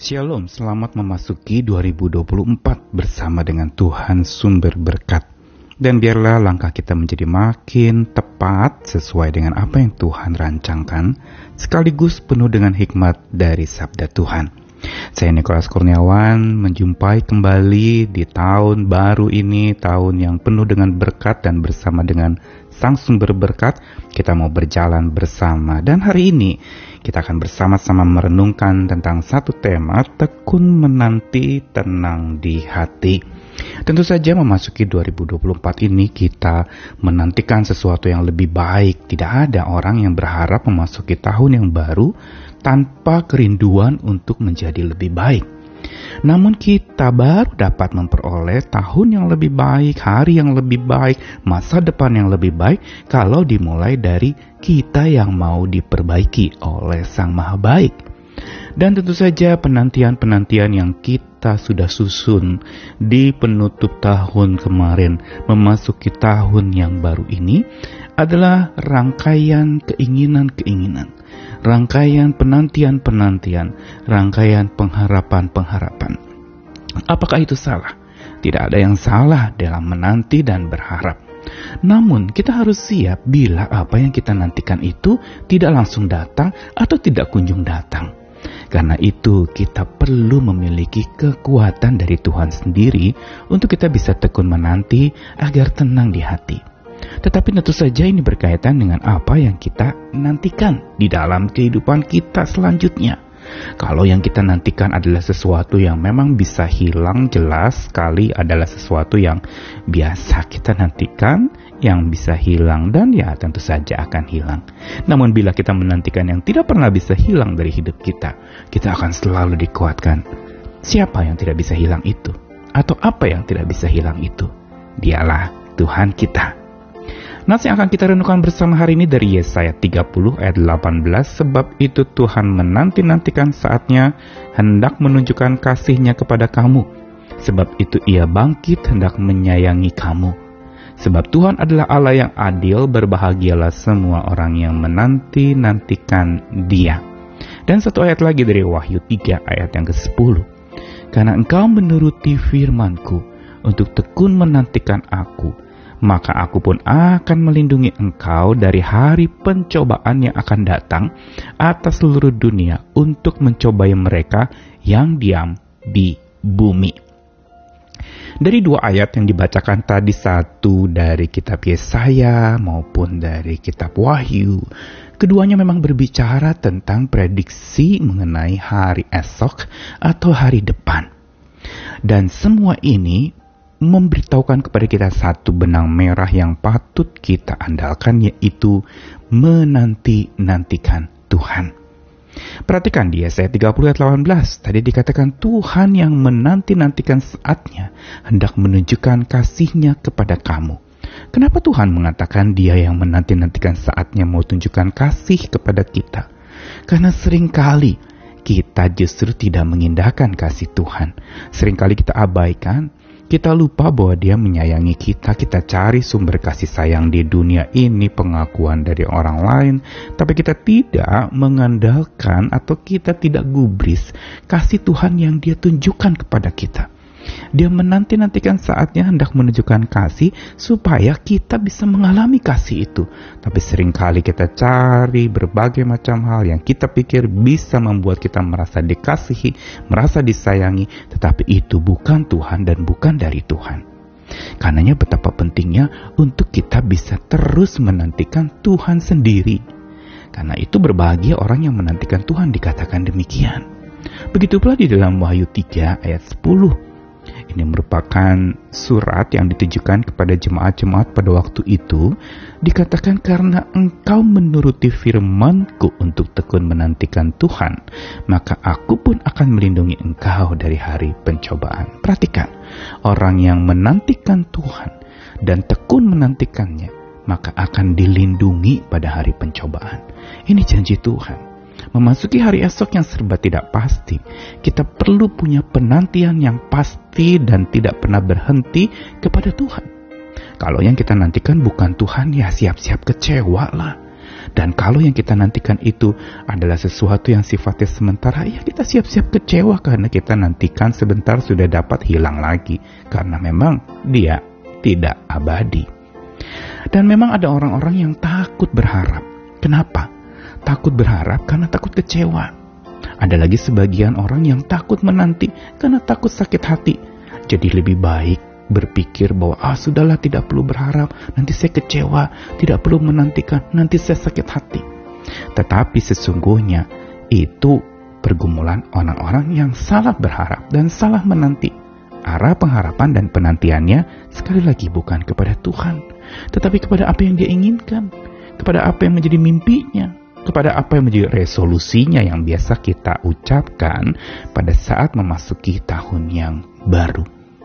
Shalom, selamat memasuki 2024 bersama dengan Tuhan sumber berkat. Dan biarlah langkah kita menjadi makin tepat sesuai dengan apa yang Tuhan rancangkan, sekaligus penuh dengan hikmat dari sabda Tuhan. Saya Nikolas Kurniawan menjumpai kembali di tahun baru ini, tahun yang penuh dengan berkat, dan bersama dengan Sang Sumber Berkat, kita mau berjalan bersama. Dan hari ini kita akan bersama-sama merenungkan tentang satu tema, tekun menanti, tenang di hati. Tentu saja memasuki 2024 ini kita menantikan sesuatu yang lebih baik. Tidak ada orang yang berharap memasuki tahun yang baru tanpa kerinduan untuk menjadi lebih baik. Namun kita baru dapat memperoleh tahun yang lebih baik, hari yang lebih baik, masa depan yang lebih baik kalau dimulai dari kita yang mau diperbaiki oleh Sang Maha Baik. Dan tentu saja penantian-penantian yang kita sudah susun di penutup tahun kemarin memasuki tahun yang baru ini adalah rangkaian keinginan-keinginan, rangkaian penantian-penantian, rangkaian pengharapan-pengharapan. Apakah itu salah? Tidak ada yang salah dalam menanti dan berharap. Namun kita harus siap bila apa yang kita nantikan itu tidak langsung datang atau tidak kunjung datang. Karena itu kita perlu memiliki kekuatan dari Tuhan sendiri untuk kita bisa tekun menanti agar tenang di hati. Tetapi tentu saja ini berkaitan dengan apa yang kita nantikan di dalam kehidupan kita selanjutnya. Kalau yang kita nantikan adalah sesuatu yang memang bisa hilang, jelas sekali adalah sesuatu yang biasa kita nantikan, yang bisa hilang dan ya tentu saja akan hilang. Namun bila kita menantikan yang tidak pernah bisa hilang dari hidup kita akan selalu dikuatkan. Siapa yang tidak bisa hilang itu? Atau apa yang tidak bisa hilang itu? Dialah Tuhan kita. Nas yang akan kita renungkan bersama hari ini dari Yesaya 30 ayat 18. Sebab itu Tuhan menanti-nantikan saatnya, hendak menunjukkan kasih-Nya kepada kamu. Sebab itu Ia bangkit, hendak menyayangi kamu. Sebab Tuhan adalah Allah yang adil, berbahagialah semua orang yang menanti-nantikan Dia. Dan satu ayat lagi dari Wahyu 3 ayat yang ke-10. Karena engkau menuruti firman-Ku untuk tekun menantikan Aku, maka Aku pun akan melindungi engkau dari hari pencobaan yang akan datang atas seluruh dunia untuk mencobai mereka yang diam di bumi. Dari dua ayat yang dibacakan tadi, satu dari kitab Yesaya maupun dari kitab Wahyu, keduanya memang berbicara tentang prediksi mengenai hari esok atau hari depan. Dan semua ini memberitahukan kepada kita satu benang merah yang patut kita andalkan, yaitu menanti-nantikan Tuhan. Perhatikan di Yesaya 30 ayat 18, tadi dikatakan Tuhan yang menanti-nantikan saatnya, hendak menunjukkan kasih-Nya kepada kamu. Kenapa Tuhan mengatakan Dia yang menanti-nantikan saatnya mau tunjukkan kasih kepada kita? Karena seringkali kita justru tidak mengindahkan kasih Tuhan. Seringkali kita abaikan, kita lupa bahwa Dia menyayangi kita. Kita cari sumber kasih sayang di dunia ini, pengakuan dari orang lain, tapi kita tidak mengandalkan atau kita tidak gubris kasih Tuhan yang Dia tunjukkan kepada kita. Dia menanti-nantikan saatnya, hendak menunjukkan kasih supaya kita bisa mengalami kasih itu. Tapi seringkali kita cari berbagai macam hal yang kita pikir bisa membuat kita merasa dikasihi, merasa disayangi, tetapi itu bukan Tuhan dan bukan dari Tuhan. Karenanya betapa pentingnya untuk kita bisa terus menantikan Tuhan sendiri. Karena itu berbahagia orang yang menantikan Tuhan, dikatakan demikian. Begitu pula di dalam Wahyu 3 ayat 10. Ini merupakan surat yang ditujukan kepada jemaat-jemaat pada waktu itu. Dikatakan karena engkau menuruti firman-Ku untuk tekun menantikan Tuhan, maka Aku pun akan melindungi engkau dari hari pencobaan. Perhatikan, orang yang menantikan Tuhan dan tekun menantikannya, maka akan dilindungi pada hari pencobaan. Ini janji Tuhan. Memasuki hari esok yang serba tidak pasti, kita perlu punya penantian yang pasti dan tidak pernah berhenti kepada Tuhan. Kalau yang kita nantikan bukan Tuhan, ya siap-siap kecewa lah. Dan kalau yang kita nantikan itu adalah sesuatu yang sifatnya sementara, ya kita siap-siap kecewa karena kita nantikan sebentar sudah dapat hilang lagi. Karena memang dia tidak abadi. Dan memang ada orang-orang yang takut berharap. Kenapa? Takut berharap karena takut kecewa. Ada lagi sebagian orang yang takut menanti karena takut sakit hati. Jadi lebih baik berpikir bahwa sudahlah, tidak perlu berharap, nanti saya kecewa, tidak perlu menantikan, nanti saya sakit hati. Tetapi sesungguhnya itu pergumulan orang-orang yang salah berharap dan salah menanti. Arah pengharapan dan penantiannya sekali lagi bukan kepada Tuhan, tetapi kepada apa yang dia inginkan, kepada apa yang menjadi mimpinya, kepada apa yang menjadi resolusinya yang biasa kita ucapkan pada saat memasuki tahun yang baru.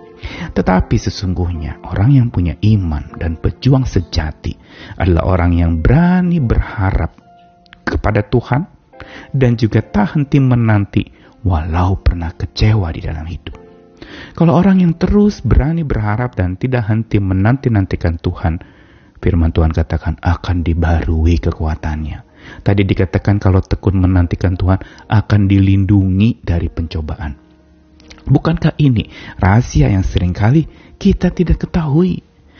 Tetapi sesungguhnya orang yang punya iman dan pejuang sejati adalah orang yang berani berharap kepada Tuhan dan juga tak henti menanti walau pernah kecewa di dalam hidup. Kalau orang yang terus berani berharap dan tidak henti menanti-nantikan Tuhan, firman Tuhan katakan akan dibarui kekuatannya. Tadi dikatakan kalau tekun menantikan Tuhan akan dilindungi dari pencobaan. Bukankah ini rahasia yang seringkali kita tidak ketahui?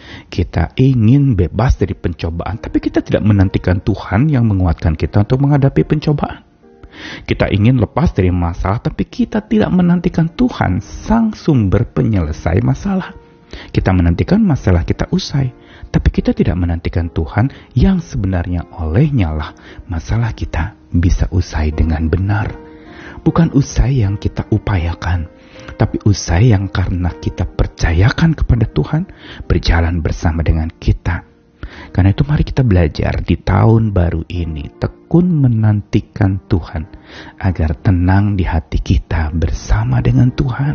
Kita ingin bebas dari pencobaan, tapi kita tidak menantikan Tuhan yang menguatkan kita untuk menghadapi pencobaan. Kita ingin lepas dari masalah, tapi kita tidak menantikan Tuhan, sang sumber penyelesai masalah. Kita menantikan masalah kita usai, tapi kita tidak menantikan Tuhan yang sebenarnya olehnya lah masalah kita bisa usai dengan benar. Bukan usai yang kita upayakan, tapi usai yang karena kita percayakan kepada Tuhan berjalan bersama dengan kita. Karena itu mari kita belajar di tahun baru ini tekun menantikan Tuhan agar tenang di hati kita bersama dengan Tuhan.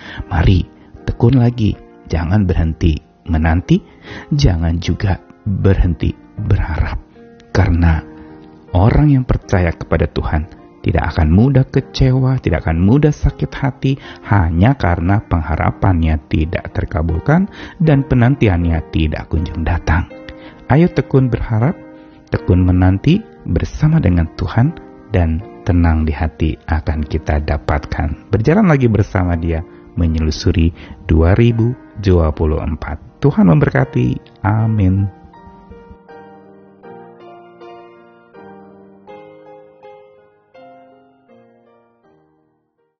Mari tekun lagi, jangan berhenti menanti, jangan juga berhenti berharap. Karena orang yang percaya kepada Tuhan tidak akan mudah kecewa, tidak akan mudah sakit hati hanya karena pengharapannya tidak terkabulkan dan penantiannya tidak kunjung datang. Ayo tekun berharap, tekun menanti bersama dengan Tuhan, dan tenang di hati akan kita dapatkan. Berjalan lagi bersama Dia menyelusuri 2024. Tuhan memberkati. Amin.